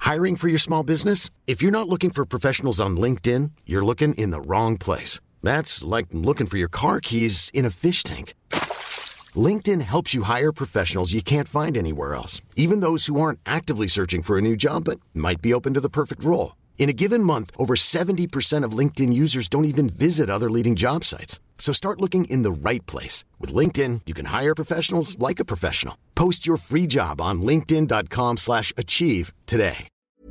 Hiring for your small business? If you're not looking for professionals on LinkedIn, you're looking in the wrong place. That's like looking for your car keys in a fish tank. LinkedIn helps you hire professionals you can't find anywhere else, even those who aren't actively searching for a new job but might be open to the perfect role. In a given month, over 70% of LinkedIn users don't even visit other leading job sites. So start looking in the right place. With LinkedIn, you can hire professionals like a professional. Post your free job on linkedin.com/achieve today.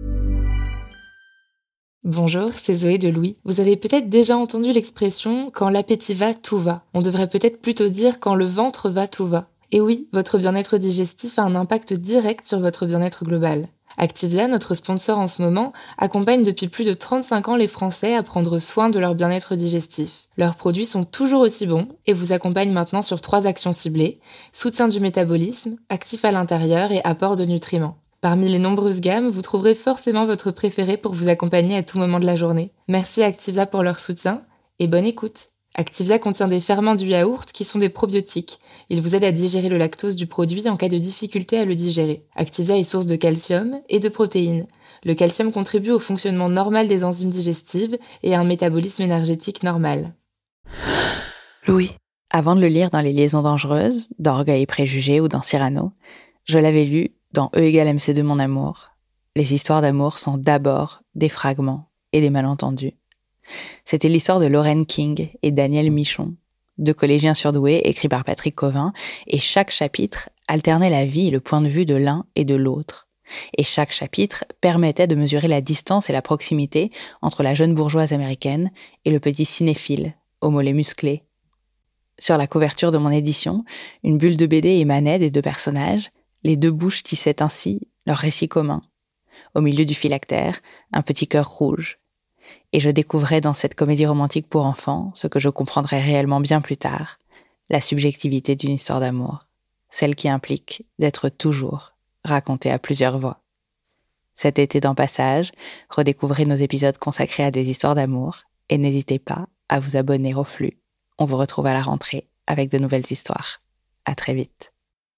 Bonjour, c'est Zoé de Louis. Vous avez peut-être déjà entendu l'expression « quand l'appétit va, tout va ». On devrait peut-être plutôt dire « quand le ventre va, tout va ». Et oui, votre bien-être digestif a un impact direct sur votre bien-être global. Activia, notre sponsor en ce moment, accompagne depuis plus de 35 ans les Français à prendre soin de leur bien-être digestif. Leurs produits sont toujours aussi bons et vous accompagnent maintenant sur 3 actions ciblées: soutien du métabolisme, actif à l'intérieur et apport de nutriments. Parmi les nombreuses gammes, vous trouverez forcément votre préféré pour vous accompagner à tout moment de la journée. Merci Activia pour leur soutien et bonne écoute. Activia contient des ferments du yaourt qui sont des probiotiques. Ils vous aident à digérer le lactose du produit en cas de difficulté à le digérer. Activia est source de calcium et de protéines. Le calcium contribue au fonctionnement normal des enzymes digestives et à un métabolisme énergétique normal. Louis. Avant de le lire dans Les Liaisons dangereuses, d'Orgueil et préjugés ou dans Cyrano, je l'avais lu dans E = MC2 mon amour. Les histoires d'amour sont d'abord des fragments et des malentendus. C'était l'histoire de Lauren King et Daniel Michon, 2 collégiens surdoués écrits par Patrick Covin, et chaque chapitre alternait la vie et le point de vue de l'un et de l'autre. Et chaque chapitre permettait de mesurer la distance et la proximité entre la jeune bourgeoise américaine et le petit cinéphile, aux mollets musclés. Sur la couverture de mon édition, une bulle de BD émanait des 2 personnages, les 2 bouches tissaient ainsi leur récit commun. Au milieu du phylactère, un petit cœur rouge. Et je découvrais dans cette comédie romantique pour enfants ce que je comprendrais réellement bien plus tard, la subjectivité d'une histoire d'amour, celle qui implique d'être toujours racontée à plusieurs voix. Cet été dans Passage, redécouvrez nos épisodes consacrés à des histoires d'amour et n'hésitez pas à vous abonner au flux. On vous retrouve à la rentrée avec de nouvelles histoires. À très vite.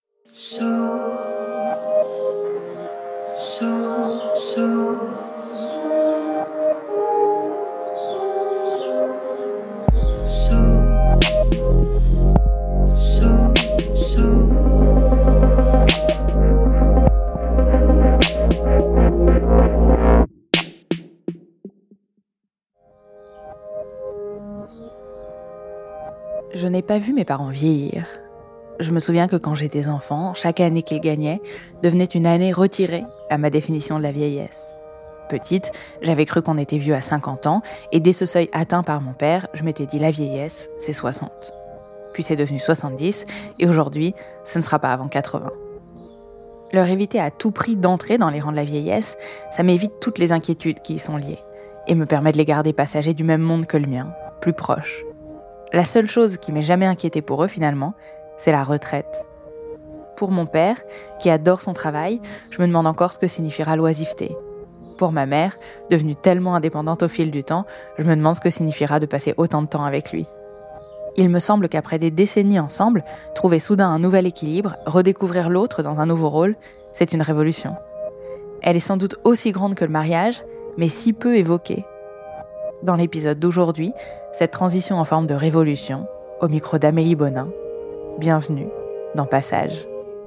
Je n'ai pas vu mes parents vieillir. Je me souviens que quand j'étais enfant, chaque année qu'ils gagnaient devenait une année retirée à ma définition de la vieillesse. Petite, j'avais cru qu'on était vieux à 50 ans, et dès ce seuil atteint par mon père, je m'étais dit la vieillesse, c'est 60. Puis c'est devenu 70, et aujourd'hui, ce ne sera pas avant 80. Leur éviter à tout prix d'entrer dans les rangs de la vieillesse, ça m'évite toutes les inquiétudes qui y sont liées, et me permet de les garder passagers du même monde que le mien, plus proches. La seule chose qui m'ait jamais inquiétée pour eux finalement, c'est la retraite. Pour mon père, qui adore son travail, je me demande encore ce que signifiera l'oisiveté. Pour ma mère, devenue tellement indépendante au fil du temps, je me demande ce que signifiera de passer autant de temps avec lui. Il me semble qu'après des décennies ensemble, trouver soudain un nouvel équilibre, redécouvrir l'autre dans un nouveau rôle, c'est une révolution. Elle est sans doute aussi grande que le mariage, mais si peu évoquée. Dans l'épisode d'aujourd'hui, cette transition en forme de révolution, au micro d'Amélie Bonin. Bienvenue dans Passage.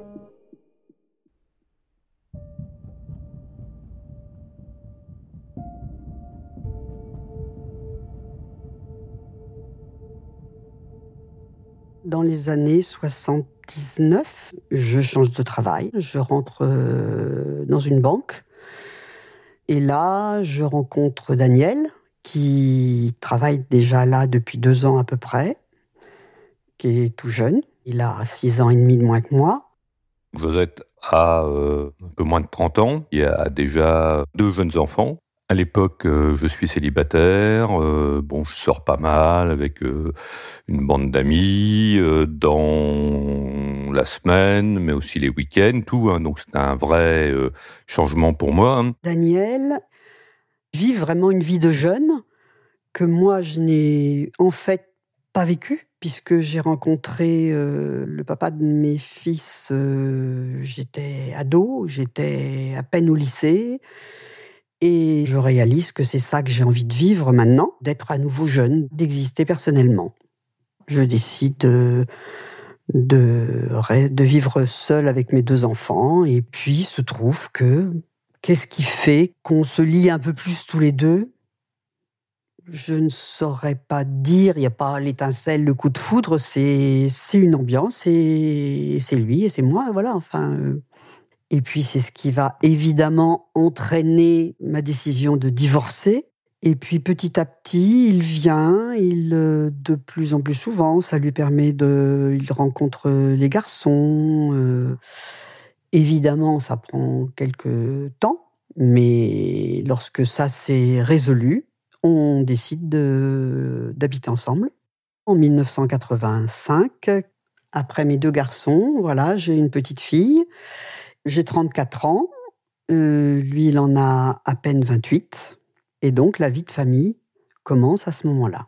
Dans les années 79, je change de travail. Je rentre dans une banque. Et là, je rencontre Daniel, qui travaille déjà là depuis 2 ans à peu près, qui est tout jeune. Il a 6 ans et demi de moins que moi. Josette a un peu moins de 30 ans. Il a déjà 2 jeunes enfants. À l'époque, je suis célibataire. Je sors pas mal avec une bande d'amis dans la semaine, mais aussi les week-ends, tout. Donc c'est un vrai changement pour moi. Daniel vit vraiment une vie de jeune que moi, je n'ai en fait pas vécue, puisque j'ai rencontré le papa de mes fils, j'étais ado, j'étais à peine au lycée. Et je réalise que c'est ça que j'ai envie de vivre maintenant, d'être à nouveau jeune, d'exister personnellement. Je décide de vivre seule avec mes 2 enfants. Et puis, se trouve que, qu'est-ce qui fait qu'on se lie un peu plus tous les deux ? Je ne saurais pas dire, il n'y a pas l'étincelle, le coup de foudre, c'est une ambiance, et c'est lui et c'est moi, voilà, enfin. Et puis, c'est ce qui va évidemment entraîner ma décision de divorcer. Et puis, petit à petit, il vient, de plus en plus souvent, ça lui permet il rencontre les garçons. Évidemment, ça prend quelques temps, mais lorsque ça s'est résolu, on décide d'habiter ensemble. En 1985, après mes 2 garçons, voilà, j'ai une petite fille. J'ai 34 ans, lui il en a à peine 28, et donc la vie de famille commence à ce moment-là.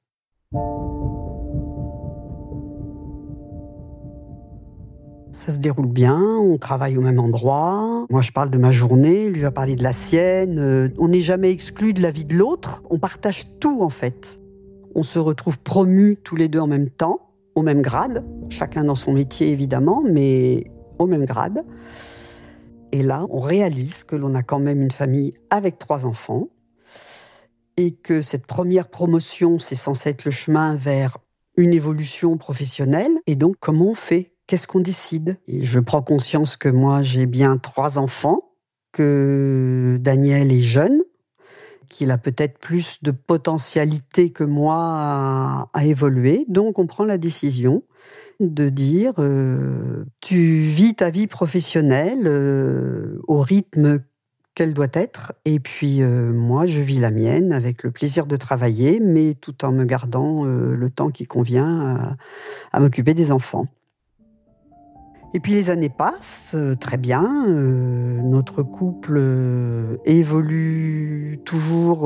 Ça se déroule bien, on travaille au même endroit. Moi je parle de ma journée, lui va parler de la sienne. On n'est jamais exclus de la vie de l'autre, on partage tout en fait. On se retrouve promus tous les 2 en même temps, au même grade, chacun dans son métier évidemment, mais au même grade. Et là, on réalise que l'on a quand même une famille avec 3 enfants et que cette première promotion, c'est censé être le chemin vers une évolution professionnelle. Et donc, comment on fait ? Qu'est-ce qu'on décide ? Et je prends conscience que moi, j'ai bien 3 enfants, que Daniel est jeune, qu'il a peut-être plus de potentialité que moi à évoluer. Donc, on prend la décision de dire tu vis ta vie professionnelle au rythme qu'elle doit être, et puis moi je vis la mienne avec le plaisir de travailler, mais tout en me gardant le temps qui convient à m'occuper des enfants. Et puis les années passent très bien, notre couple évolue toujours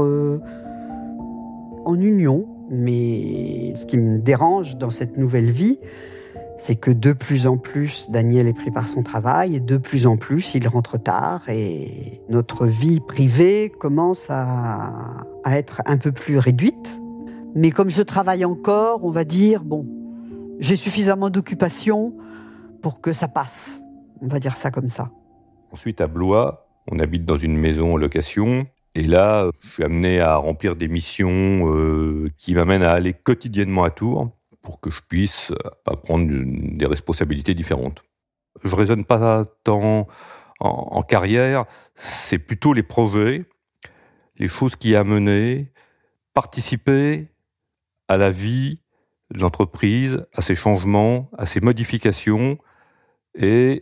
en union, mais ce qui me dérange dans cette nouvelle vie, c'est que de plus en plus, Daniel est pris par son travail et de plus en plus, il rentre tard et notre vie privée commence à être un peu plus réduite. Mais comme je travaille encore, on va dire, bon, j'ai suffisamment d'occupation pour que ça passe. On va dire ça comme ça. Ensuite, à Blois, on habite dans une maison en location. Et là, je suis amené à remplir des missions qui m'amènent à aller quotidiennement à Tours, pour que je puisse prendre des responsabilités différentes. Je ne raisonne pas tant en carrière, c'est plutôt les projets, les choses qui amenaient, participer à la vie de l'entreprise, à ses changements, à ses modifications, et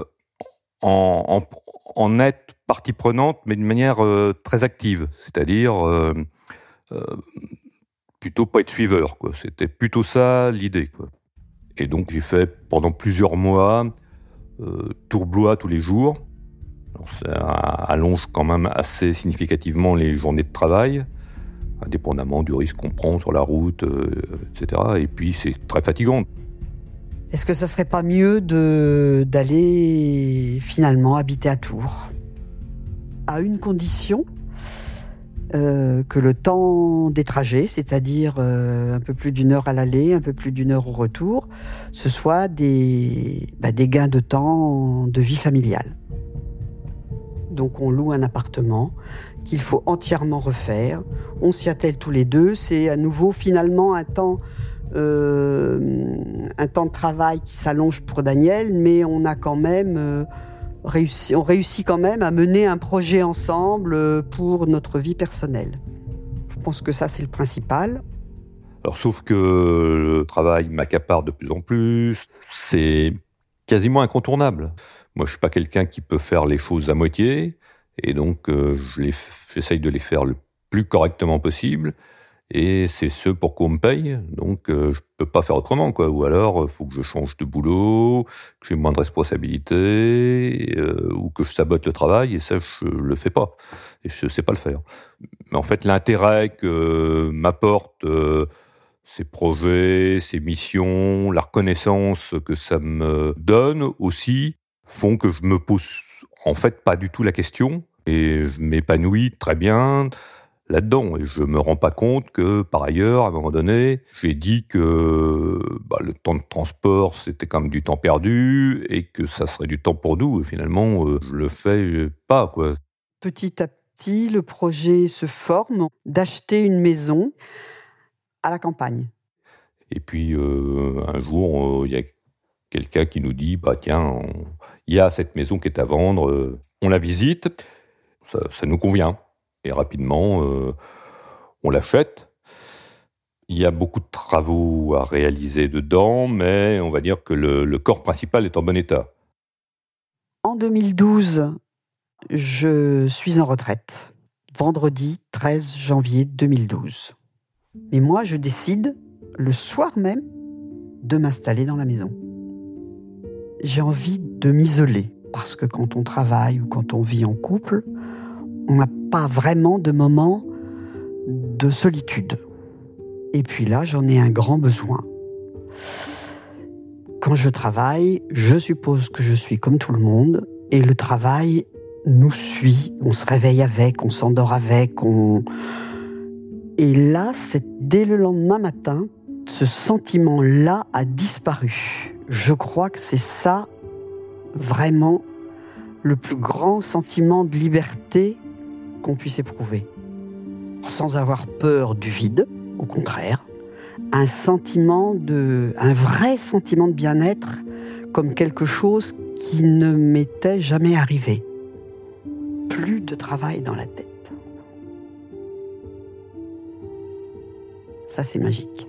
en être partie prenante, mais d'une manière très active, c'est-à-dire plutôt pas être suiveur, quoi. C'était plutôt ça l'idée, quoi. Et donc j'ai fait pendant plusieurs mois Tours-Blois tous les jours. Alors, ça allonge quand même assez significativement les journées de travail, indépendamment du risque qu'on prend sur la route, etc. Et puis c'est très fatigant. Est-ce que ça serait pas mieux d'aller finalement habiter à Tours ? À une condition, que le temps des trajets, c'est-à-dire un peu plus d'1 heure à l'aller, un peu plus d'1 heure au retour, ce soit des gains de temps de vie familiale. Donc on loue un appartement qu'il faut entièrement refaire. On s'y attelle tous les 2. C'est à nouveau finalement un temps de travail qui s'allonge pour Daniel, mais on a quand même on réussit quand même à mener un projet ensemble pour notre vie personnelle. Je pense que ça, c'est le principal. Alors, sauf que le travail m'accapare de plus en plus, c'est quasiment incontournable. Moi, je suis pas quelqu'un qui peut faire les choses à moitié, et donc j'essaye de les faire le plus correctement possible. Et c'est ce pour quoi on me paye, donc je peux pas faire autrement, quoi. Ou alors, faut que je change de boulot, que j'ai moins de responsabilités, ou que je sabote le travail, et ça, je le fais pas. Et je sais pas le faire. Mais en fait, l'intérêt que m'apportent ces projets, ces missions, la reconnaissance que ça me donne aussi, font que je me pose en fait pas du tout la question, Et je m'épanouis très bien là-dedans. Et je me rends pas compte que, par ailleurs, à un moment donné, j'ai dit que le temps de transport, c'était quand même du temps perdu et que ça serait du temps pour nous. Et finalement, je le fais pas, quoi. Petit à petit, le projet se forme d'acheter une maison à la campagne. Et puis, un jour, il y a quelqu'un qui nous dit, tiens, il y a cette maison qui est à vendre, on la visite, ça nous convient. Et rapidement, on l'achète. Il y a beaucoup de travaux à réaliser dedans, mais on va dire que le corps principal est en bon état. En 2012, je suis en retraite. Vendredi 13 janvier 2012. Mais moi, je décide, le soir même, de m'installer dans la maison. J'ai envie de m'isoler, parce que quand on travaille ou quand on vit en couple, on n'a pas vraiment de moment de solitude. Et puis là, j'en ai un grand besoin. Quand je travaille, je suppose que je suis comme tout le monde, et le travail nous suit. On se réveille avec, on s'endort avec, Et là, c'est dès le lendemain matin, ce sentiment-là a disparu. Je crois que c'est ça, vraiment, le plus grand sentiment de liberté qu'on puisse éprouver. Sans avoir peur du vide, au contraire, un vrai sentiment de bien-être, comme quelque chose qui ne m'était jamais arrivé. Plus de travail dans la tête. Ça, c'est magique.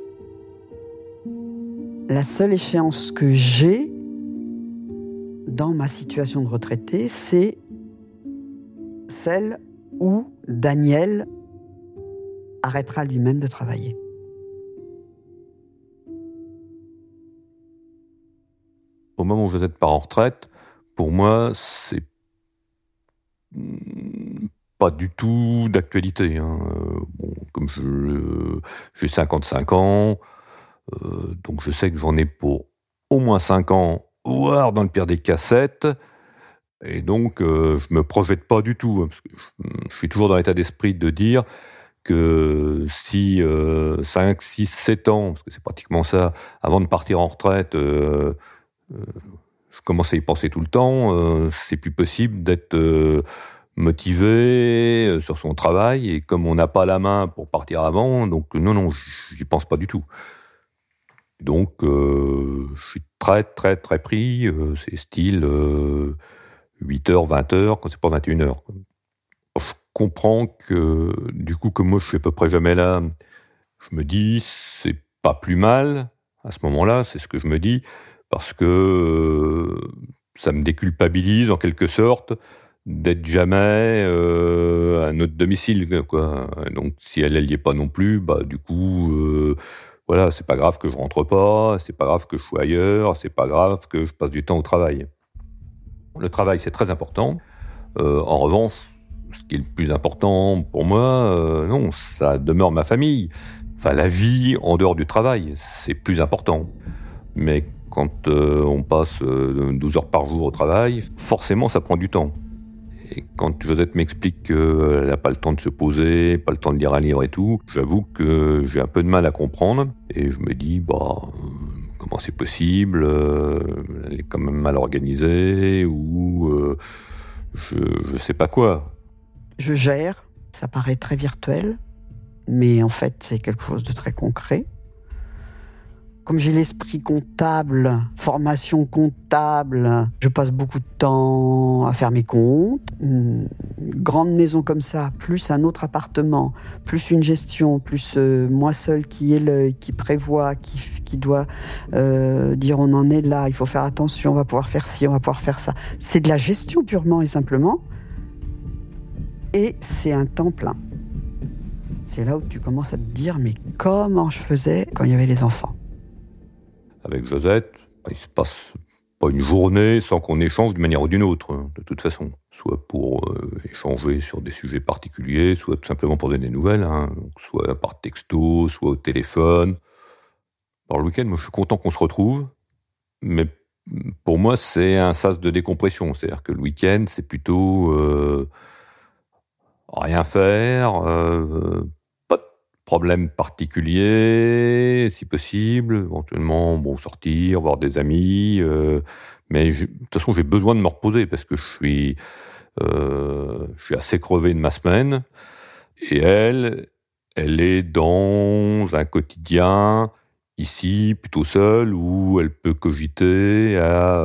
La seule échéance que j'ai dans ma situation de retraité, c'est celle où Daniel arrêtera lui-même de travailler. Au moment où je part en retraite, pour moi, c'est pas du tout d'actualité. Comme j'ai 55 ans, donc je sais que j'en ai pour au moins 5 ans, voire dans le pire des cas 7. Et donc, je me projette pas du tout. Parce que je suis toujours dans l'état d'esprit de dire que si 5, 6, 7 ans, parce que c'est pratiquement ça, avant de partir en retraite, je commence à y penser tout le temps, c'est plus possible d'être motivé sur son travail, et comme on n'a pas la main pour partir avant, donc non, j'y pense pas du tout. Donc, je suis très, très, très pris, c'est style 8h, 20h, quand c'est pas 21h. Je comprends que, du coup, comme moi je suis à peu près jamais là, je me dis, c'est pas plus mal, à ce moment-là, c'est ce que je me dis, parce que ça me déculpabilise en quelque sorte d'être jamais à notre domicile, quoi. Donc si elle y est pas non plus, du coup, voilà, c'est pas grave que je rentre pas, c'est pas grave que je sois ailleurs, c'est pas grave que je passe du temps au travail. Le travail, c'est très important. En revanche, ce qui est le plus important pour moi, non, ça demeure ma famille. Enfin, la vie en dehors du travail, c'est plus important. Mais quand on passe 12 heures par jour au travail, forcément, ça prend du temps. Et quand Josette m'explique qu'elle n'a pas le temps de se poser, pas le temps de lire un livre et tout, j'avoue que j'ai un peu de mal à comprendre. Et je me dis, comment c'est possible, elle est quand même mal organisée, ou je sais pas quoi. Je gère, ça paraît très virtuel, mais en fait, c'est quelque chose de très concret. Comme j'ai l'esprit comptable, formation comptable, je passe beaucoup de temps à faire mes comptes. Une grande maison comme ça, plus un autre appartement, plus une gestion, plus moi seul qui ai l'œil, qui prévoit, qui doit dire on en est là, il faut faire attention, on va pouvoir faire ci, on va pouvoir faire ça. C'est de la gestion purement et simplement. Et c'est un temps plein. C'est là où tu commences à te dire, mais comment je faisais quand il y avait les enfants ? Avec Josette, il se passe pas une journée sans qu'on échange d'une manière ou d'une autre, de toute façon. Soit pour échanger sur des sujets particuliers, soit tout simplement pour donner des nouvelles, donc soit par texto, soit au téléphone. Alors le week-end, moi je suis content qu'on se retrouve, mais pour moi, c'est un sas de décompression. C'est-à-dire que le week-end, c'est plutôt rien faire, pas de problème particulier, si possible, éventuellement sortir, voir des amis. Mais de toute façon, j'ai besoin de me reposer parce que je suis assez crevé de ma semaine. Et elle est dans un quotidien ici, plutôt seule, où elle peut cogiter à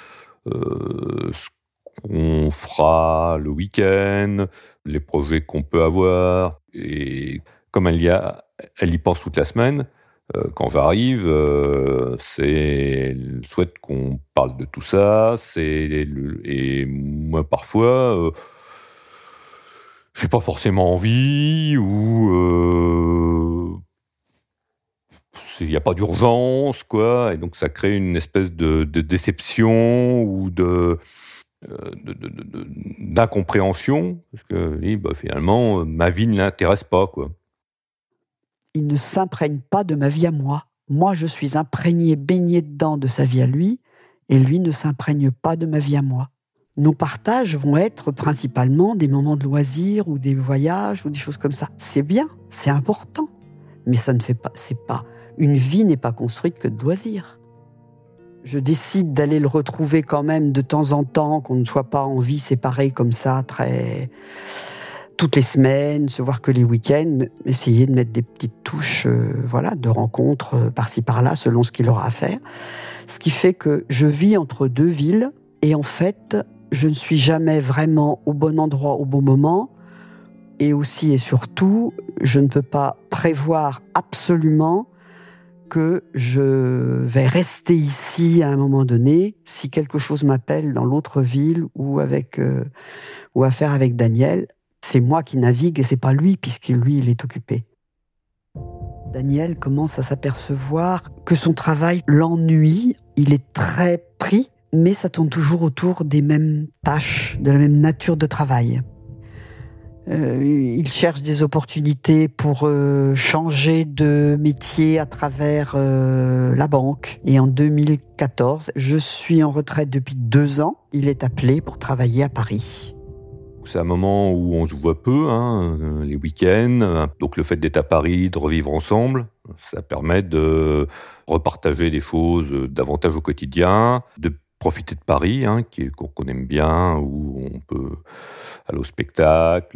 ce qu'on fera le week-end, les projets qu'on peut avoir. Et comme elle y pense toute la semaine, quand j'arrive, elle souhaite qu'on parle de tout ça. Et moi, parfois, j'ai pas forcément envie, ou il n'y a pas d'urgence, quoi. Et donc, ça crée une espèce de déception ou d'incompréhension, parce que finalement, ma vie ne l'intéresse pas, quoi. Il ne s'imprègne pas de ma vie à moi. Moi, je suis imprégné, baigné dedans de sa vie à lui, et lui ne s'imprègne pas de ma vie à moi. Nos partages vont être principalement des moments de loisirs ou des voyages ou des choses comme ça. C'est bien, c'est important, mais ça ne fait pas, une vie n'est pas construite que de loisirs. Je décide d'aller le retrouver quand même de temps en temps, qu'on ne soit pas en vie séparée comme ça, toutes les semaines, se voir que les week-ends, essayer de mettre des petites touches de rencontres par-ci par-là, selon ce qu'il aura à faire. Ce qui fait que je vis entre deux villes, et en fait, je ne suis jamais vraiment au bon endroit au bon moment, et aussi et surtout, je ne peux pas prévoir absolument que je vais rester ici à un moment donné si quelque chose m'appelle dans l'autre ville ou à faire avec Daniel. C'est moi qui navigue et c'est pas lui, puisque lui, il est occupé. Daniel commence à s'apercevoir que son travail l'ennuie. Il est très pris, mais ça tourne toujours autour des mêmes tâches, de la même nature de travail. Il cherche des opportunités pour changer de métier à travers la banque. Et en 2014, je suis en retraite depuis 2 ans. Il est appelé pour travailler à Paris. C'est un moment où on se voit peu, les week-ends. Donc le fait d'être à Paris, de revivre ensemble, ça permet de repartager des choses davantage au quotidien, de profiter de Paris, qu'on aime bien, où on peut aller au spectacle,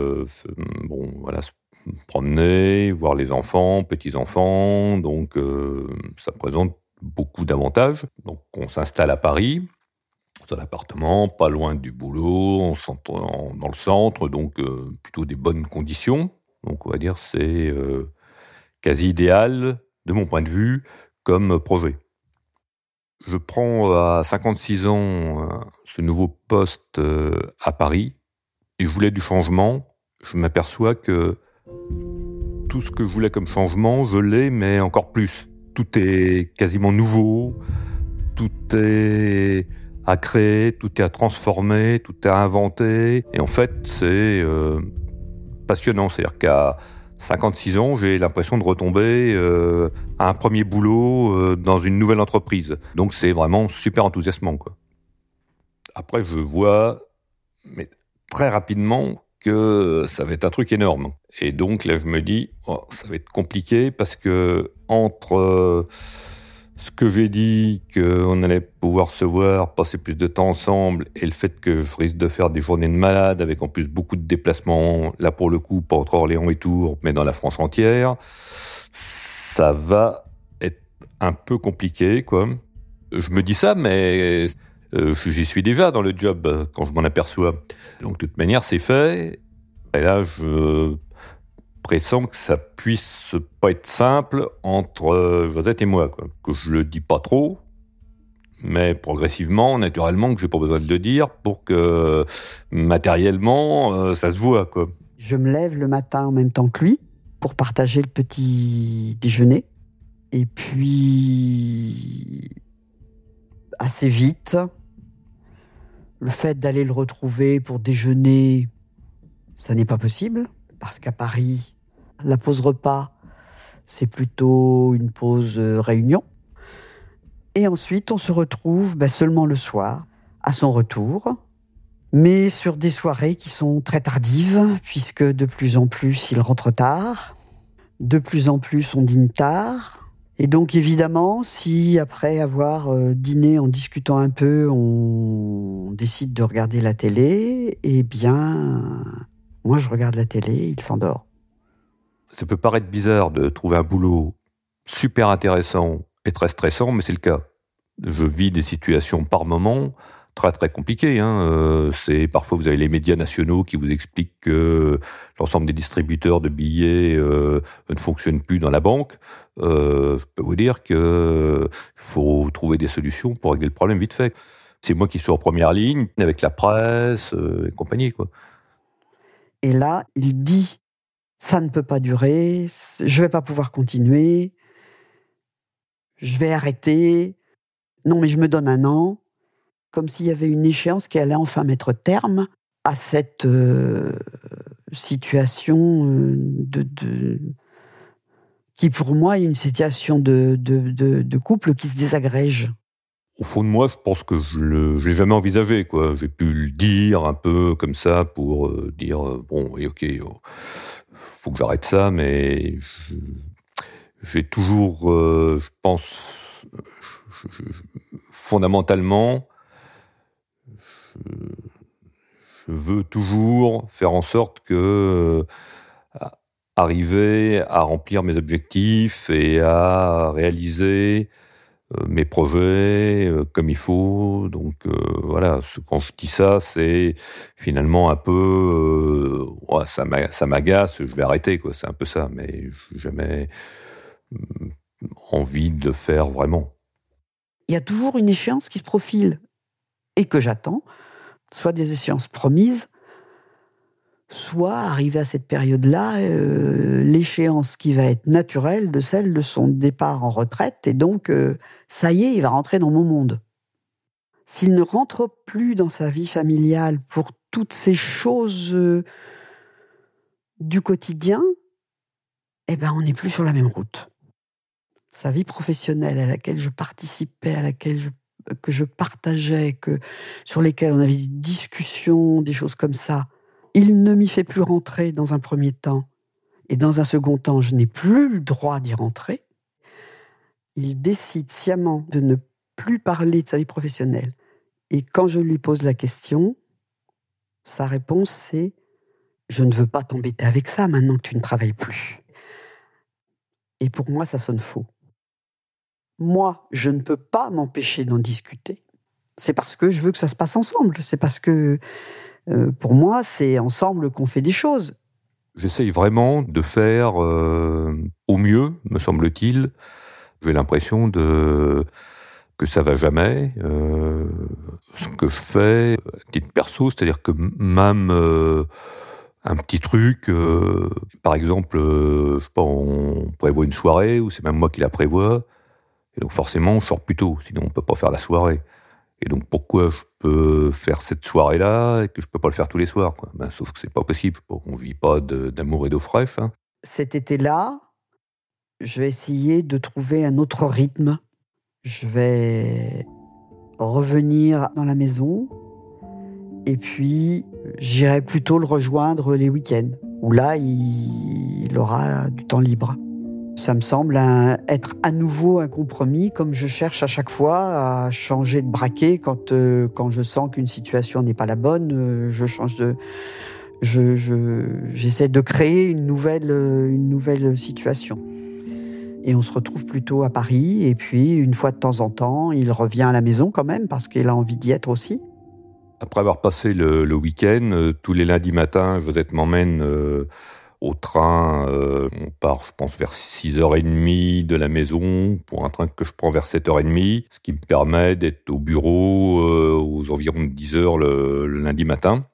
se promener, voir les enfants, petits-enfants. Donc ça présente beaucoup d'avantages. Donc on s'installe à Paris, dans un appartement, pas loin du boulot, dans le centre, donc plutôt des bonnes conditions. Donc on va dire c'est quasi idéal, de mon point de vue, comme projet. Je prends à 56 ans ce nouveau poste à Paris, et je voulais du changement. Je m'aperçois que tout ce que je voulais comme changement, je l'ai, mais encore plus. Tout est quasiment nouveau, tout est à créer, tout est à transformer, tout est à inventer. Et en fait, c'est passionnant. C'est-à-dire qu'à 56 ans, j'ai l'impression de retomber à un premier boulot dans une nouvelle entreprise. Donc c'est vraiment super enthousiasmant, quoi. Après, je vois, mais très rapidement, que ça va être un truc énorme. Et donc là, je me dis, ça va être compliqué, parce que entre ce que j'ai dit, qu'on allait pouvoir se voir, passer plus de temps ensemble, et le fait que je risque de faire des journées de malade, avec en plus beaucoup de déplacements, là pour le coup, pas entre Orléans et Tours, mais dans la France entière, ça va être un peu compliqué, quoi. Je me dis ça, mais j'y suis déjà dans le job quand je m'en aperçois. Donc de toute manière, c'est fait. Et là, je pressens que ça puisse pas être simple entre Josette et moi, quoi. Que je le dis pas trop, mais progressivement, naturellement, que j'ai pas besoin de le dire pour que matériellement, ça se voit, quoi. Je me lève le matin en même temps que lui pour partager le petit déjeuner. Et puis, assez vite, le fait d'aller le retrouver pour déjeuner, ça n'est pas possible, parce qu'à Paris, la pause repas, c'est plutôt une pause réunion. Et ensuite, on se retrouve seulement le soir, à son retour, mais sur des soirées qui sont très tardives, puisque de plus en plus, il rentre tard, de plus en plus, on dîne tard. Et donc, évidemment, si après avoir dîné en discutant un peu, on décide de regarder la télé, eh bien, moi, je regarde la télé, il s'endort. Ça peut paraître bizarre de trouver un boulot super intéressant et très stressant, mais c'est le cas. Je vis des situations par moment très très compliquées. C'est parfois vous avez les médias nationaux qui vous expliquent que l'ensemble des distributeurs de billets ne fonctionnent plus dans la banque. Je peux vous dire que faut trouver des solutions pour régler le problème vite fait. C'est moi qui suis en première ligne avec la presse et compagnie, quoi. Et là, il dit « ça ne peut pas durer, je vais pas pouvoir continuer, je vais arrêter, non mais je me donne 1 an », comme s'il y avait une échéance qui allait enfin mettre terme à cette situation qui pour moi est une situation de couple qui se désagrège. Au fond de moi, je pense que je l'ai jamais envisagé, quoi. J'ai pu le dire un peu comme ça pour dire bon, oui, ok, faut que j'arrête ça, mais j'ai toujours, je pense, fondamentalement, je veux toujours faire en sorte que arriver à remplir mes objectifs et à réaliser mes projets comme il faut. Donc voilà, quand je dis ça, c'est finalement un peu ça m'agace, je vais arrêter, quoi. C'est un peu ça, mais j'ai jamais envie de le faire vraiment. Il y a toujours une échéance qui se profile et que j'attends, soit des échéances promises, soit arrivé à cette période-là, l'échéance qui va être naturelle de celle de son départ en retraite, et donc ça y est, il va rentrer dans mon monde. S'il ne rentre plus dans sa vie familiale pour toutes ces choses du quotidien, eh ben on n'est plus sur la même route. Sa vie professionnelle à laquelle je participais, que je partageais, sur lesquelles on avait des discussions, des choses comme ça, il ne m'y fait plus rentrer dans un premier temps, et dans un second temps, je n'ai plus le droit d'y rentrer. Il décide sciemment de ne plus parler de sa vie professionnelle. Et quand je lui pose la question, sa réponse c'est « Je ne veux pas t'embêter avec ça maintenant que tu ne travailles plus ». Et pour moi, ça sonne faux. Moi, je ne peux pas m'empêcher d'en discuter. C'est parce que je veux que ça se passe ensemble. C'est parce que, pour moi, c'est ensemble qu'on fait des choses. J'essaye vraiment de faire au mieux, me semble-t-il. J'ai l'impression que ça va jamais. Ce que je fais, titre perso, c'est-à-dire que même un petit truc, par exemple, je sais pas, on prévoit une soirée, ou c'est même moi qui la prévois, et donc forcément, je sors plus tôt, sinon on peut pas faire la soirée. Et donc pourquoi je peux faire cette soirée-là et que je peux pas le faire tous les soirs, quoi. Sauf que c'est pas possible, on vit pas d'amour et d'eau fraîche. Cet été-là, je vais essayer de trouver un autre rythme. Je vais revenir dans la maison et puis j'irai plutôt le rejoindre les week-ends, où là, il aura du temps libre. Ça me semble être à nouveau un compromis, comme je cherche à chaque fois à changer de braquet quand je sens qu'une situation n'est pas la bonne. Je change j'essaie de créer une nouvelle situation. Et on se retrouve plutôt à Paris, et puis une fois de temps en temps, il revient à la maison quand même, parce qu'il a envie d'y être aussi. Après avoir passé le week-end, tous les lundis matins, Josette m'emmène au train. On part, je pense, vers 6h30 de la maison, pour un train que je prends vers 7h30, ce qui me permet d'être au bureau aux environs de 10h le lundi matin.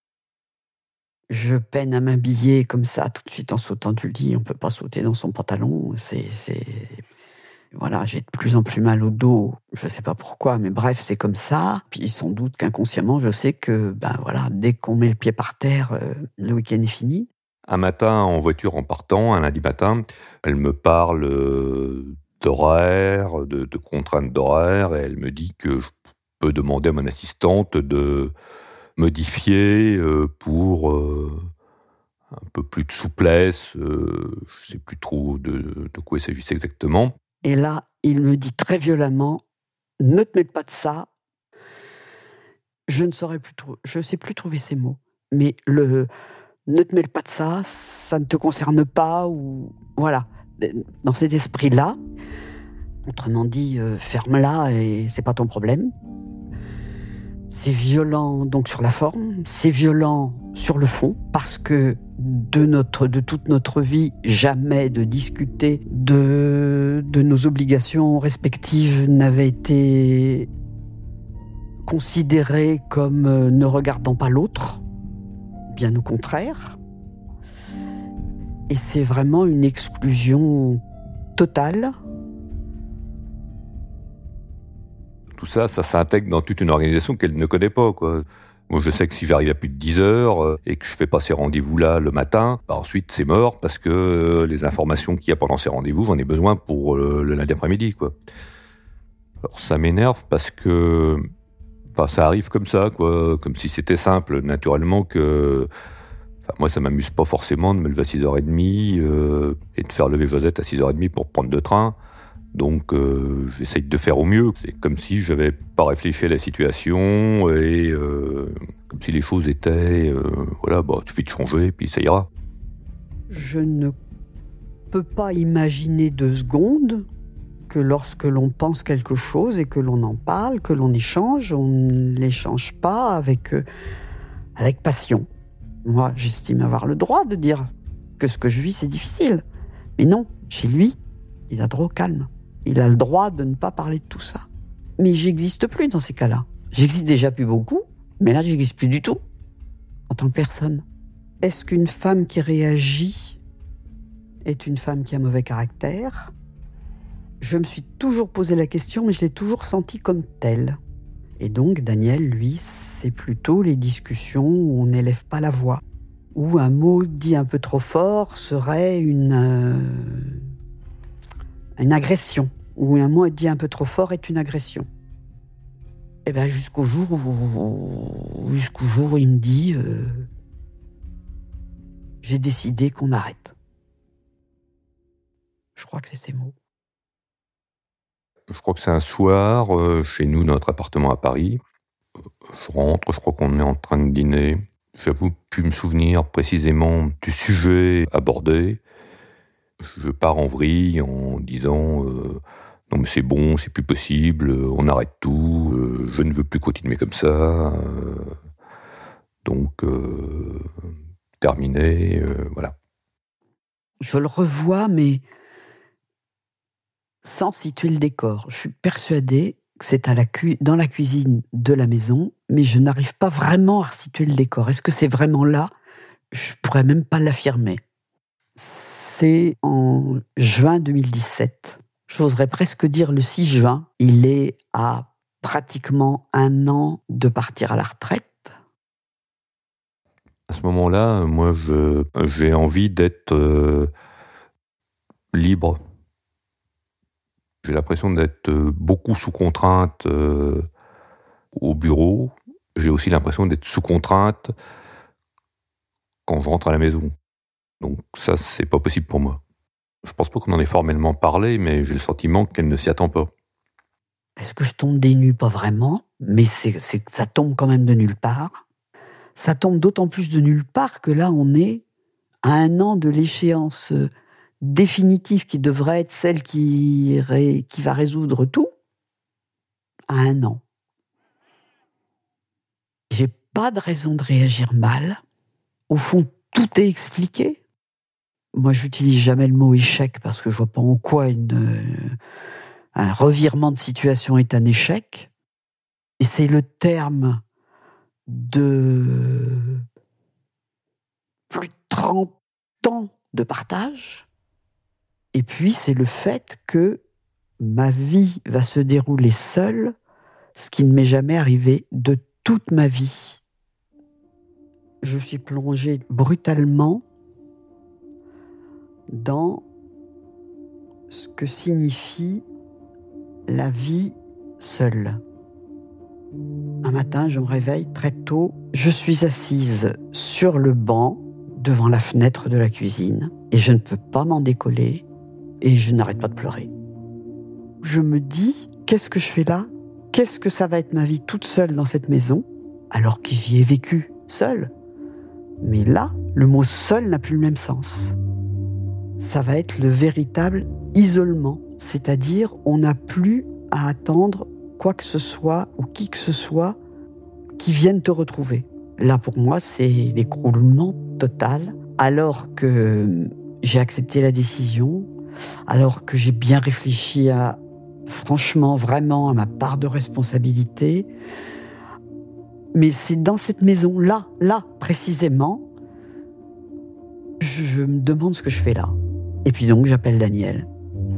Je peine à m'habiller comme ça, tout de suite en sautant du lit. On peut pas sauter dans son pantalon. Voilà, j'ai de plus en plus mal au dos. Je sais pas pourquoi, mais bref, c'est comme ça. Puis sans doute qu'inconsciemment, je sais que, dès qu'on met le pied par terre, le week-end est fini. Un matin, en voiture, en partant, un lundi matin, elle me parle d'horaire, de contraintes d'horaire, et elle me dit que je peux demander à mon assistante de modifier pour un peu plus de souplesse. Je ne sais plus trop de quoi il s'agissait exactement. Et là, il me dit très violemment, ne te mêle pas de ça. Je ne sais plus trouver ces mots. Mais ne te mêle pas de ça, ça ne te concerne pas, ou voilà. Dans cet esprit-là, autrement dit, ferme-la et c'est pas ton problème. C'est violent donc sur la forme, c'est violent sur le fond, parce que de toute notre vie, jamais de discuter de nos obligations respectives n'avait été considéré comme ne regardant pas l'autre, bien au contraire. Et c'est vraiment une exclusion totale. Tout ça s'intègre dans toute une organisation qu'elle ne connaît pas, quoi. Moi, je sais que si j'arrive à plus de 10 heures et que je fais pas ces rendez-vous-là le matin, ensuite c'est mort, parce que les informations qu'il y a pendant ces rendez-vous, j'en ai besoin pour le lundi après-midi, quoi. Alors ça m'énerve parce que ça arrive comme ça, quoi, comme si c'était simple, naturellement que... moi, ça m'amuse pas forcément de me lever à 6h30 et de faire lever Josette à 6h30 pour prendre le train. Donc, j'essaye de faire au mieux. C'est comme si je n'avais pas réfléchi à la situation et comme si les choses étaient... il suffit de changer et puis ça ira. Je ne peux pas imaginer 2 secondes que lorsque l'on pense quelque chose et que l'on en parle, que l'on échange, on ne l'échange pas avec passion. Moi, j'estime avoir le droit de dire que ce que je vis, c'est difficile. Mais non, chez lui, il a droit au calme. Il a le droit de ne pas parler de tout ça. Mais j'existe plus dans ces cas-là. J'existe déjà plus beaucoup, mais là, j'existe plus du tout, en tant que personne. Est-ce qu'une femme qui réagit est une femme qui a mauvais caractère ? Je me suis toujours posé la question, mais je l'ai toujours sentie comme telle. Et donc, Daniel, lui, c'est plutôt les discussions où on n'élève pas la voix, où un mot dit un peu trop fort serait une agression, ou un mot dit un peu trop fort est une agression. Et bien, jusqu'au jour où il me dit j'ai décidé qu'on arrête. Je crois que c'est ces mots. Je crois que c'est un soir, chez nous, dans notre appartement à Paris. Je rentre, je crois qu'on est en train de dîner. J'avoue plus me souvenir précisément du sujet abordé. Je pars en vrille en disant non mais c'est bon, c'est plus possible, on arrête tout, je ne veux plus continuer comme ça. Donc, terminé, voilà. Je le revois, mais sans situer le décor. Je suis persuadée que c'est dans la cuisine de la maison, mais je n'arrive pas vraiment à situer le décor. Est-ce que c'est vraiment là ? Je ne pourrais même pas l'affirmer. C'est en juin 2017. J'oserais presque dire le 6 juin. Il est à pratiquement 1 an de partir à la retraite. À ce moment-là, moi, j'ai envie d'être libre. J'ai l'impression d'être beaucoup sous contrainte au bureau. J'ai aussi l'impression d'être sous contrainte quand je rentre à la maison. Donc ça, c'est pas possible pour moi. Je pense pas qu'on en ait formellement parlé, mais j'ai le sentiment qu'elle ne s'y attend pas. Est-ce que je tombe des nues ? Pas vraiment, mais ça tombe quand même de nulle part. Ça tombe d'autant plus de nulle part que là, on est à 1 an de l'échéance définitive qui devrait être celle qui va résoudre tout, à 1 an. J'ai pas de raison de réagir mal. Au fond, tout est expliqué. Moi, j'utilise jamais le mot échec parce que je vois pas en quoi un revirement de situation est un échec. Et c'est le terme de plus de 30 ans de partage. Et puis, c'est le fait que ma vie va se dérouler seule, ce qui ne m'est jamais arrivé de toute ma vie. Je suis plongée brutalement dans ce que signifie la vie seule. Un matin, je me réveille très tôt. Je suis assise sur le banc devant la fenêtre de la cuisine et je ne peux pas m'en décoller et je n'arrête pas de pleurer. Je me dis, qu'est-ce que je fais là ? Qu'est-ce que ça va être ma vie toute seule dans cette maison, alors que j'y ai vécu seule ? Mais là, le mot « seul » n'a plus le même sens. Ça va être le véritable isolement, c'est-à-dire on n'a plus à attendre quoi que ce soit ou qui que ce soit qui vienne te retrouver. Là, pour moi, c'est l'écroulement total, alors que j'ai accepté la décision, alors que j'ai bien réfléchi franchement, vraiment, à ma part de responsabilité. Mais c'est dans cette maison, là, précisément, je me demande ce que je fais là. Et puis donc, j'appelle Daniel.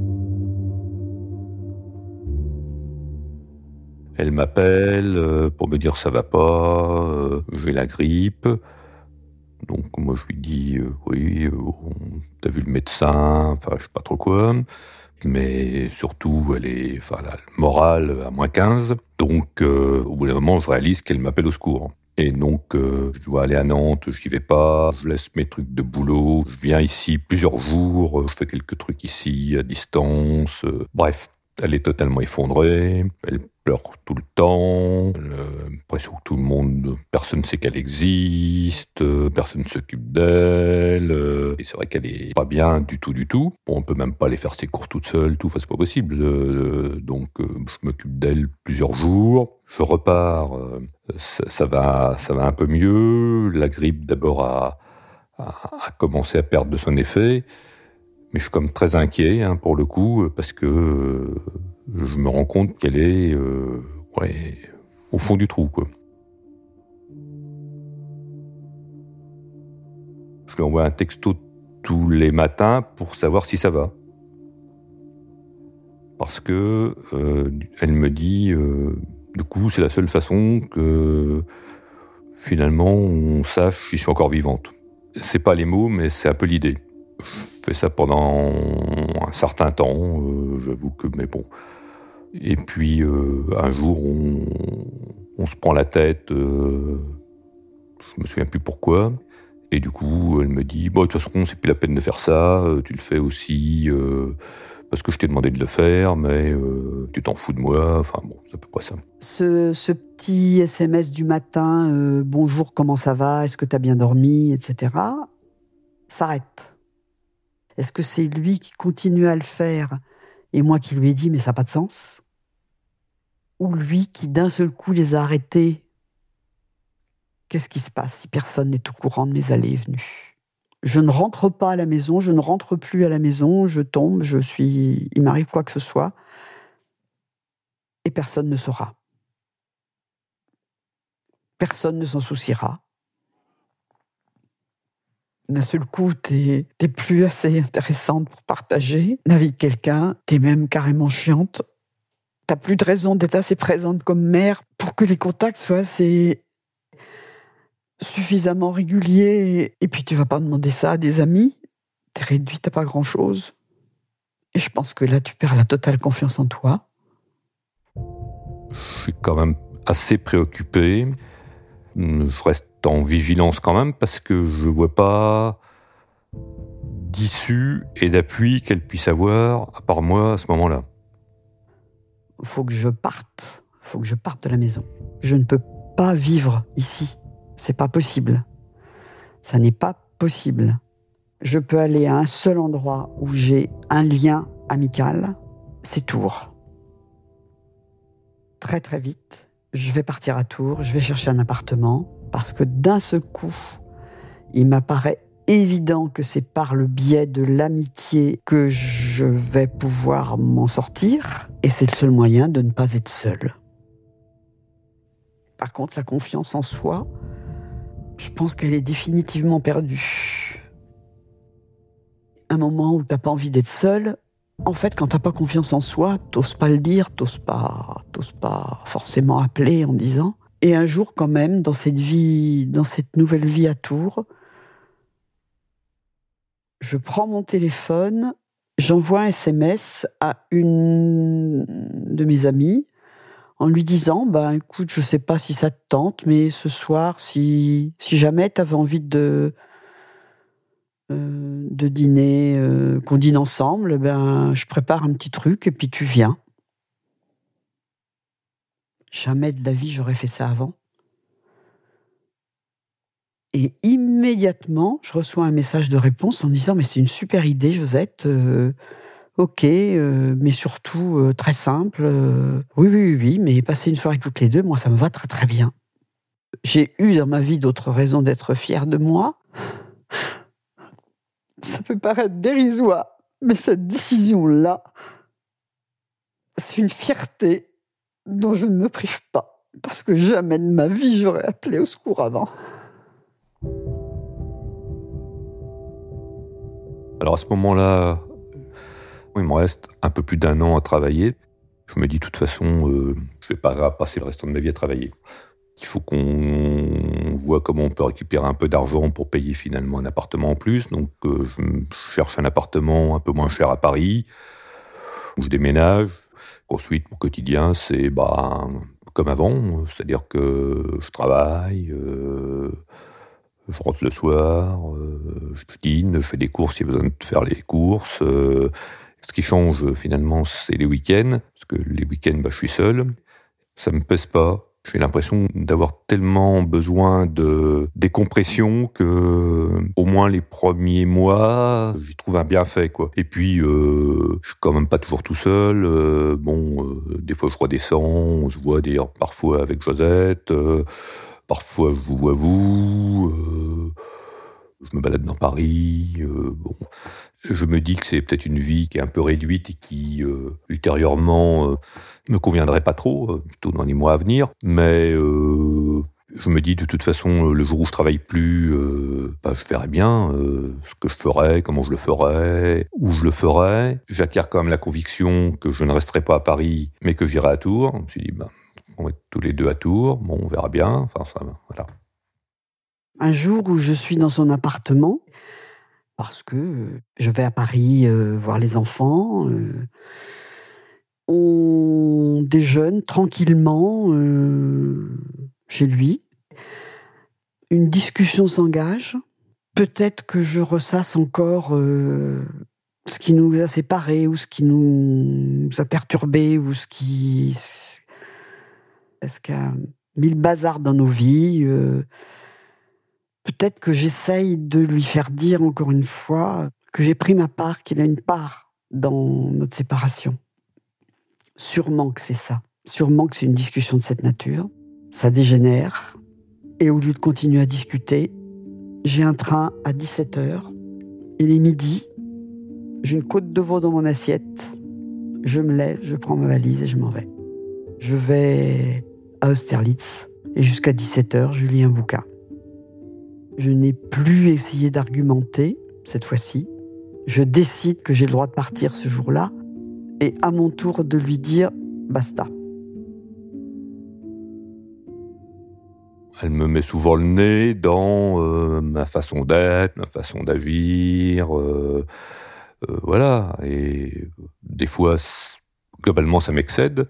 Elle m'appelle pour me dire ça va pas, j'ai la grippe. Donc moi je lui dis oui, t'as vu le médecin, enfin je sais pas trop quoi. Mais surtout elle est, la morale à -15. Donc au bout d'un moment je réalise qu'elle m'appelle au secours. Et donc je dois aller à Nantes, j'y vais pas, je laisse mes trucs de boulot, je viens ici plusieurs jours, je fais quelques trucs ici à distance. Bref, elle est totalement effondrée, elle pleure tout le temps, l'impression que tout le monde, personne ne sait qu'elle existe, personne ne s'occupe d'elle, et c'est vrai qu'elle est pas bien du tout. Bon, on peut même pas aller faire ses courses toute seule, c'est pas possible, donc je m'occupe d'elle plusieurs jours, je repars, ça va un peu mieux, la grippe d'abord a commencé à perdre de son effet, mais je suis comme très inquiet pour le coup, parce que je me rends compte qu'elle est au fond du trou, quoi. Je lui envoie un texto tous les matins pour savoir si ça va. Parce que elle me dit, du coup, c'est la seule façon que finalement on sache si je suis encore vivante. C'est pas les mots, mais c'est un peu l'idée. Je fais ça pendant un certain temps, j'avoue que, mais bon. Et puis un jour, on se prend la tête, je me souviens plus pourquoi, et du coup, elle me dit, de toute façon, c'est plus la peine de faire ça, tu le fais aussi parce que je t'ai demandé de le faire, mais tu t'en fous de moi, c'est à peu près ça. Ce petit SMS du matin, bonjour, comment ça va, est-ce que t'as bien dormi, etc., s'arrête. Est-ce que c'est lui qui continue à le faire et moi qui lui ai dit mais ça n'a pas de sens ? Ou lui qui d'un seul coup les a arrêtés ? Qu'est-ce qui se passe si personne n'est au courant de mes allées et venues ? Je ne rentre pas à la maison, je ne rentre plus à la maison, je tombe, il m'arrive quoi que ce soit et personne ne saura. Personne ne s'en souciera. D'un seul coup, t'es plus assez intéressante pour partager la vie de quelqu'un, t'es même carrément chiante. T'as plus de raison d'être assez présente comme mère pour que les contacts soient assez suffisamment réguliers. Et puis tu vas pas demander ça à des amis. T'es réduite à pas grand-chose. Et je pense que là, tu perds la totale confiance en toi. Je suis quand même assez préoccupé. Je reste en vigilance quand même parce que je vois pas d'issue et d'appui qu'elle puisse avoir à part moi à ce moment-là. Faut que je parte de la maison. Je ne peux pas vivre ici. C'est pas possible. Ça n'est pas possible. Je peux aller à un seul endroit où j'ai un lien amical, c'est Tours. Très très vite, je vais partir à Tours, je vais chercher un appartement, parce que d'un seul coup, il m'apparaît évident que c'est par le biais de l'amitié que je vais pouvoir m'en sortir, et c'est le seul moyen de ne pas être seule. Par contre, la confiance en soi, je pense qu'elle est définitivement perdue. Un moment où t'as pas envie d'être seule, en fait, quand t'as pas confiance en soi, t'oses pas le dire, t'oses pas forcément appeler en disant. Et un jour, quand même, dans cette nouvelle vie à Tours, je prends mon téléphone j'envoie un SMS à une de mes amies en lui disant écoute, je sais pas si ça te tente, mais ce soir, si jamais tu avais envie de dîner, qu'on dîne ensemble, je prépare un petit truc et puis tu viens. Jamais de la vie j'aurais fait ça avant. Et immédiatement, je reçois un message de réponse en disant « Mais c'est une super idée, Josette. Ok, mais surtout très simple. Oui, mais passer une soirée toutes les deux, moi, ça me va très très bien. » J'ai eu dans ma vie d'autres raisons d'être fière de moi. Ça peut paraître dérisoire, mais cette décision-là, c'est une fierté dont je ne me prive pas. Parce que jamais de ma vie, j'aurais appelé au secours avant. Alors à ce moment-là, il me reste un peu plus d'1 an à travailler. Je me dis, de toute façon, je vais pas passer le restant de ma vie à travailler. Il faut qu'on voit comment on peut récupérer un peu d'argent pour payer finalement un appartement en plus. Donc je cherche un appartement un peu moins cher à Paris. Je déménage. Ensuite, mon quotidien, c'est comme avant. C'est-à-dire que je travaille, je rentre le soir, je dîne, je fais des courses s'il y a besoin de faire les courses. Ce qui change finalement, c'est les week-ends, parce que les week-ends, je suis seul. Ça me pèse pas. J'ai l'impression d'avoir tellement besoin de décompression que, au moins les premiers mois, j'y trouve un bienfait, quoi. Et puis, je suis quand même pas toujours tout seul. Des fois je redescends, on se voit d'ailleurs parfois avec Josette. Parfois, je vous vois je me balade dans Paris. Je me dis que c'est peut-être une vie qui est un peu réduite et qui, ultérieurement, me conviendrait pas trop, plutôt dans les mois à venir. Mais je me dis, de toute façon, le jour où je travaille plus, je verrai bien ce que je ferai, comment je le ferai, où je le ferai. J'acquiers quand même la conviction que je ne resterai pas à Paris, mais que j'irai à Tours. Je me suis dit, on va être tous les deux à Tours, on verra bien, enfin ça, voilà. Un jour où je suis dans son appartement, parce que je vais à Paris voir les enfants, on déjeune tranquillement chez lui, une discussion s'engage, peut-être que je ressasse encore ce qui nous a séparés, ou ce qui nous a perturbés, ou ce qu'il y a mis le bazar dans nos vies. Peut-être que j'essaye de lui faire dire encore une fois que j'ai pris ma part, qu'il a une part dans notre séparation. Sûrement que c'est ça. Sûrement que c'est une discussion de cette nature. Ça dégénère. Et au lieu de continuer à discuter, j'ai un train à 17h. Il est midi. J'ai une côte de veau dans mon assiette. Je me lève, je prends ma valise et je m'en vais. Je vais à Austerlitz. Et jusqu'à 17h, je lis un bouquin. Je n'ai plus essayé d'argumenter, cette fois-ci. Je décide que j'ai le droit de partir ce jour-là et à mon tour de lui dire « basta ». Elle me met souvent le nez dans ma façon d'être, ma façon d'agir, voilà. Et des fois, globalement, ça m'excède.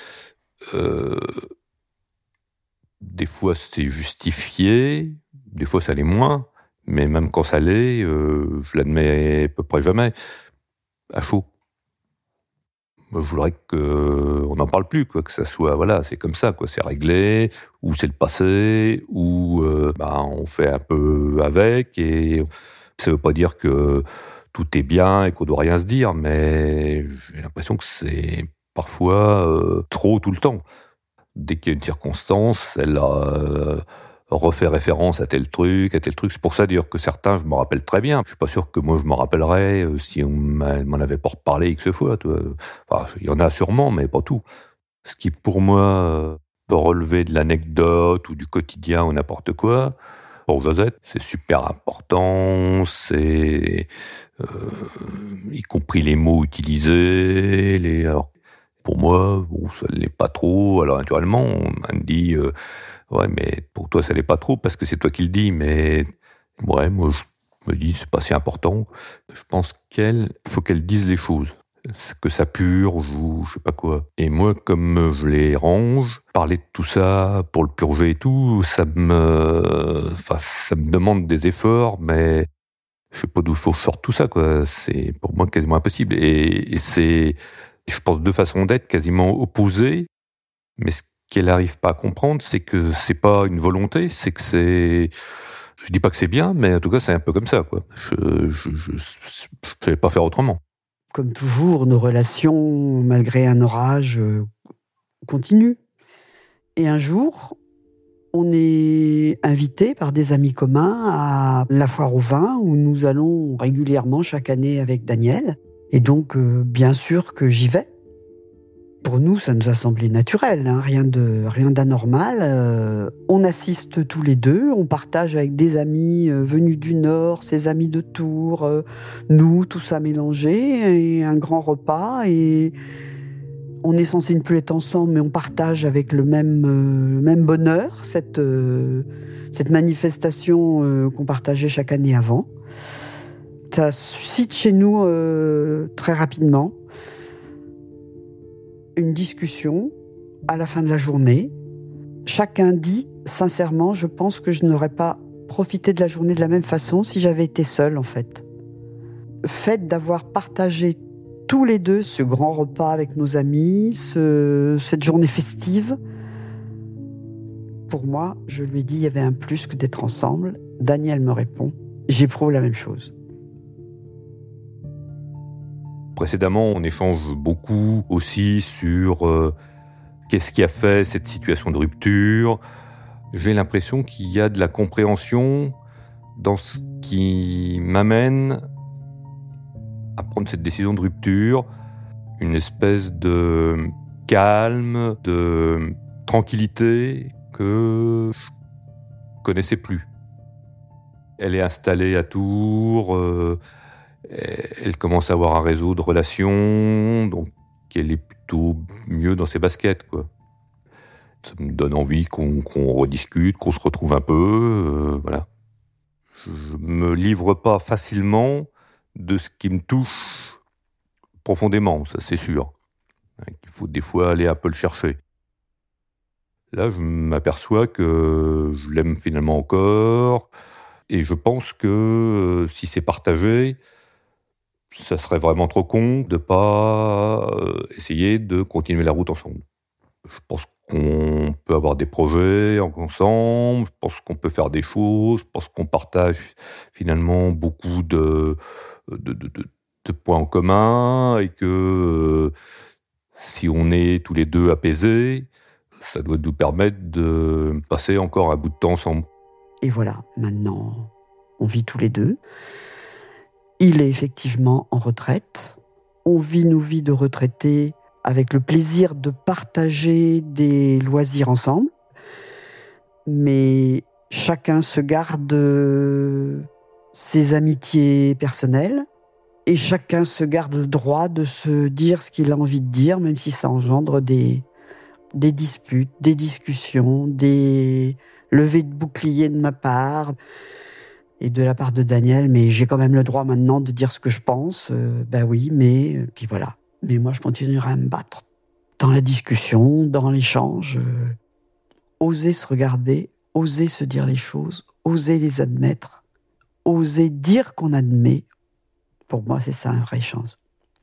Des fois, c'est justifié. Des fois, ça l'est moins, mais même quand ça l'est, je l'admets à peu près jamais, à chaud. Moi, je voudrais qu'on n'en parle plus, quoi, que ça soit, voilà, c'est comme ça, quoi, c'est réglé, ou c'est le passé, ou on fait un peu avec, et ça veut pas dire que tout est bien et qu'on doit rien se dire, mais j'ai l'impression que c'est parfois trop tout le temps. Dès qu'il y a une circonstance, elle refait référence à tel truc. C'est pour ça d'ailleurs que certains, je m'en rappelle très bien. Je suis pas sûr que moi je m'en rappellerais si on m'en avait pas reparlé X fois. Enfin, il y en a sûrement, mais pas tout. Ce qui pour moi peut relever de l'anecdote ou du quotidien ou n'importe quoi, pour Josette, c'est super important. C'est y compris les mots utilisés. Alors, pour moi, ça ne l'est pas trop. Alors naturellement, on me dit ouais, mais pour toi, ça l'est pas trop parce que c'est toi qui le dis. Mais ouais, moi, Je me dis, c'est pas si important. Je pense faut qu'elle dise les choses. Que ça purge ou je sais pas quoi. Et moi, comme je les range, parler de tout ça pour le purger et tout, ça me demande des efforts, mais je sais pas d'où faut que je sorte tout ça, quoi. C'est pour moi quasiment impossible. Et c'est, je pense, deux façons d'être quasiment opposées, mais ce qu'elle n'arrive pas à comprendre, c'est que c'est pas une volonté, c'est que c'est, je dis pas que c'est bien, mais en tout cas, c'est un peu comme ça, quoi. Je savais pas faire autrement. Comme toujours, nos relations, malgré un orage, continuent. Et un jour, on est invité par des amis communs à la foire au vin, où nous allons régulièrement chaque année avec Daniel. Et donc, bien sûr que j'y vais. Pour nous, ça nous a semblé naturel, hein, rien d'anormal. On assiste tous les deux, on partage avec des amis venus du Nord, ses amis de Tours, nous, tout ça mélangé, et un grand repas. Et on est censé ne plus être ensemble, mais on partage avec le même bonheur, cette manifestation qu'on partageait chaque année avant. Ça suscite chez nous très rapidement une discussion à la fin de la journée. Chacun dit, sincèrement, je pense que je n'aurais pas profité de la journée de la même façon si j'avais été seule, en fait. Le fait d'avoir partagé tous les deux ce grand repas avec nos amis, cette journée festive, pour moi, je lui ai dit, il y avait un plus que d'être ensemble. Daniel me répond, j'éprouve la même chose. Précédemment, on échange beaucoup aussi sur qu'est-ce qui a fait cette situation de rupture. J'ai l'impression qu'il y a de la compréhension dans ce qui m'amène à prendre cette décision de rupture, une espèce de calme, de tranquillité que je connaissais plus. Elle est installée à Tours, elle commence à avoir un réseau de relations, donc elle est plutôt mieux dans ses baskets, quoi. Ça me donne envie qu'on rediscute, qu'on se retrouve un peu, voilà. Je me livre pas facilement de ce qui me touche profondément, ça c'est sûr. Il faut des fois aller un peu le chercher. Là, je m'aperçois que je l'aime finalement encore, et je pense que si c'est partagé, ça serait vraiment trop con de pas essayer de continuer la route ensemble. Je pense qu'on peut avoir des projets ensemble, je pense qu'on peut faire des choses, je pense qu'on partage finalement beaucoup de points en commun et que si on est tous les deux apaisés, ça doit nous permettre de passer encore un bout de temps ensemble. Et voilà, maintenant, on vit tous les deux. Il est effectivement en retraite. On vit nos vies de retraités avec le plaisir de partager des loisirs ensemble. Mais chacun se garde ses amitiés personnelles et chacun se garde le droit de se dire ce qu'il a envie de dire, même si ça engendre des disputes, des discussions, des levées de boucliers de ma part et de la part de Daniel, mais j'ai quand même le droit maintenant de dire ce que je pense. Ben oui, mais puis voilà. Mais moi, je continuerai à me battre dans la discussion, dans l'échange. Oser se regarder, oser se dire les choses, oser les admettre, oser dire qu'on admet. Pour moi, c'est ça, un vrai échange.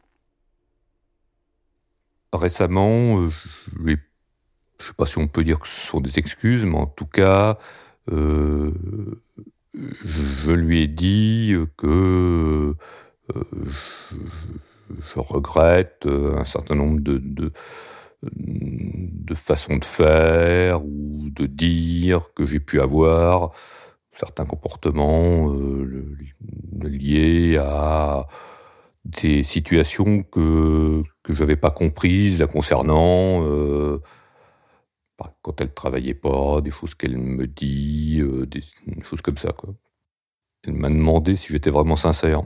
Récemment, je sais pas si on peut dire que ce sont des excuses, mais en tout cas, je lui ai dit que je regrette un certain nombre de façons de faire ou de dire que j'ai pu avoir, certains comportements liés à des situations que j'avais pas comprises la concernant, quand elle travaillait pas, des choses qu'elle me dit, des choses comme ça, quoi. Elle m'a demandé si j'étais vraiment sincère.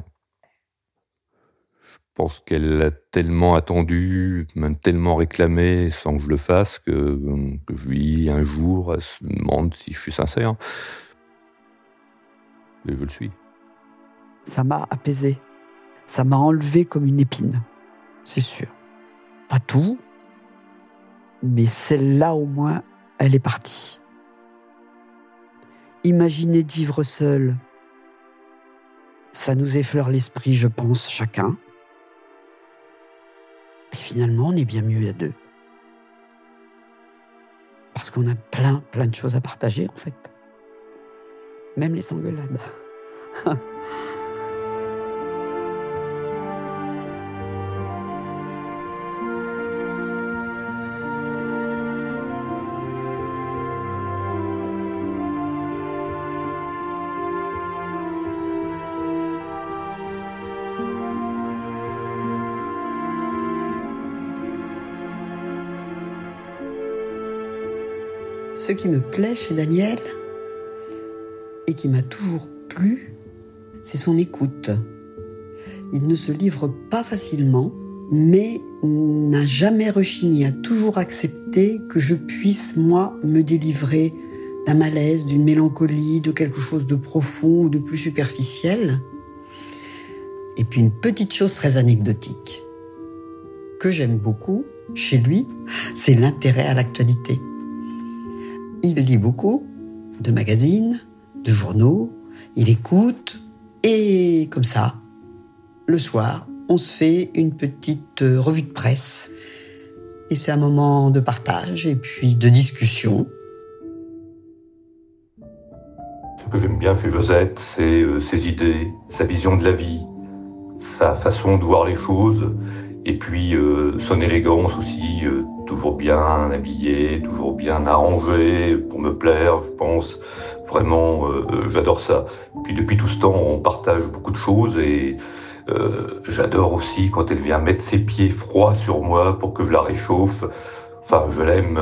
Je pense qu'elle a tellement attendu, même tellement réclamé sans que je le fasse, que je lui, un jour, elle se demande si je suis sincère. Et je le suis. ça m'a apaisé. Ça m'a enlevé comme une épine, c'est sûr. Pas tout, mais celle-là au moins, elle est partie. Imaginer de vivre seul, ça nous effleure l'esprit, je pense, chacun. Et finalement, on est bien mieux à deux. Parce qu'on a plein de choses à partager, en fait. Même les engueulades. Ce qui me plaît chez Daniel, et qui m'a toujours plu, c'est son écoute. Il ne se livre pas facilement, mais n'a jamais rechigné, a toujours accepté que je puisse, moi, me délivrer d'un malaise, d'une mélancolie, de quelque chose de profond ou de plus superficiel. Et puis une petite chose très anecdotique, que j'aime beaucoup chez lui, c'est l'intérêt à l'actualité. Il lit beaucoup de magazines, de journaux, il écoute, et comme ça, le soir, on se fait une petite revue de presse. Et c'est un moment de partage et puis de discussion. Ce que j'aime bien chez Josette, c'est ses idées, sa vision de la vie, sa façon de voir les choses, et puis son élégance aussi, toujours bien habillé, toujours bien arrangé, pour me plaire, je pense. Vraiment, j'adore ça. Puis depuis tout ce temps, on partage beaucoup de choses, et j'adore aussi quand elle vient mettre ses pieds froids sur moi pour que je la réchauffe. Enfin, je l'aime.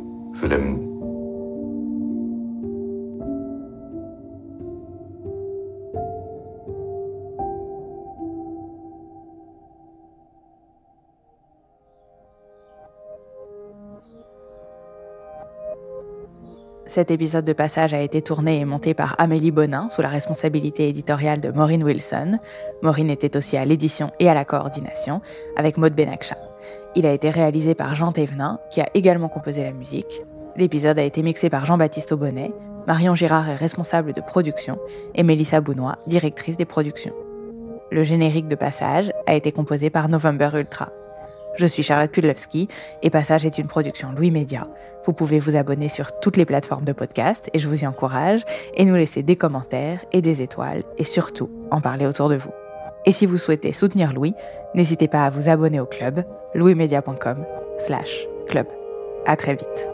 Cet épisode de Passage a été tourné et monté par Amélie Bonin sous la responsabilité éditoriale de Maureen Wilson. Maureen était aussi à l'édition et à la coordination avec Maud Benakcha. Il a été réalisé par Jean Thévenin, qui a également composé la musique. L'épisode a été mixé par Jean-Baptiste Aubonnet. Marion Girard est responsable de production et Mélissa Bounois, directrice des productions. Le générique de Passage a été composé par November Ultra. Je suis Charlotte Kudlowski et Passage est une production Louis Média. Vous pouvez vous abonner sur toutes les plateformes de podcast et je vous y encourage, et nous laisser des commentaires et des étoiles et surtout en parler autour de vous. Et si vous souhaitez soutenir Louis, n'hésitez pas à vous abonner au club louismedia.com/club. À très vite.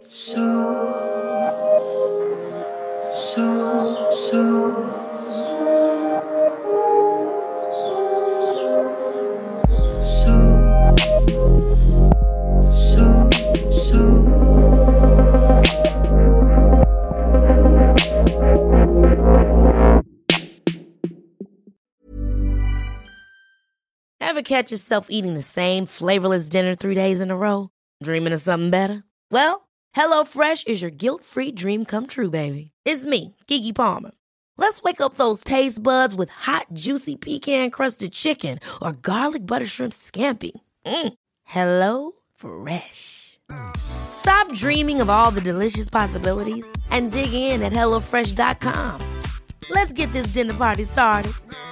Ever catch yourself eating the same flavorless dinner 3 days in a row? Dreaming of something better? Well, HelloFresh is your guilt-free dream come true, baby. It's me, Keke Palmer. Let's wake up those taste buds with hot, juicy pecan-crusted chicken or garlic butter shrimp scampi. Hello Fresh. Stop dreaming of all the delicious possibilities and dig in at HelloFresh.com. Let's get this dinner party started.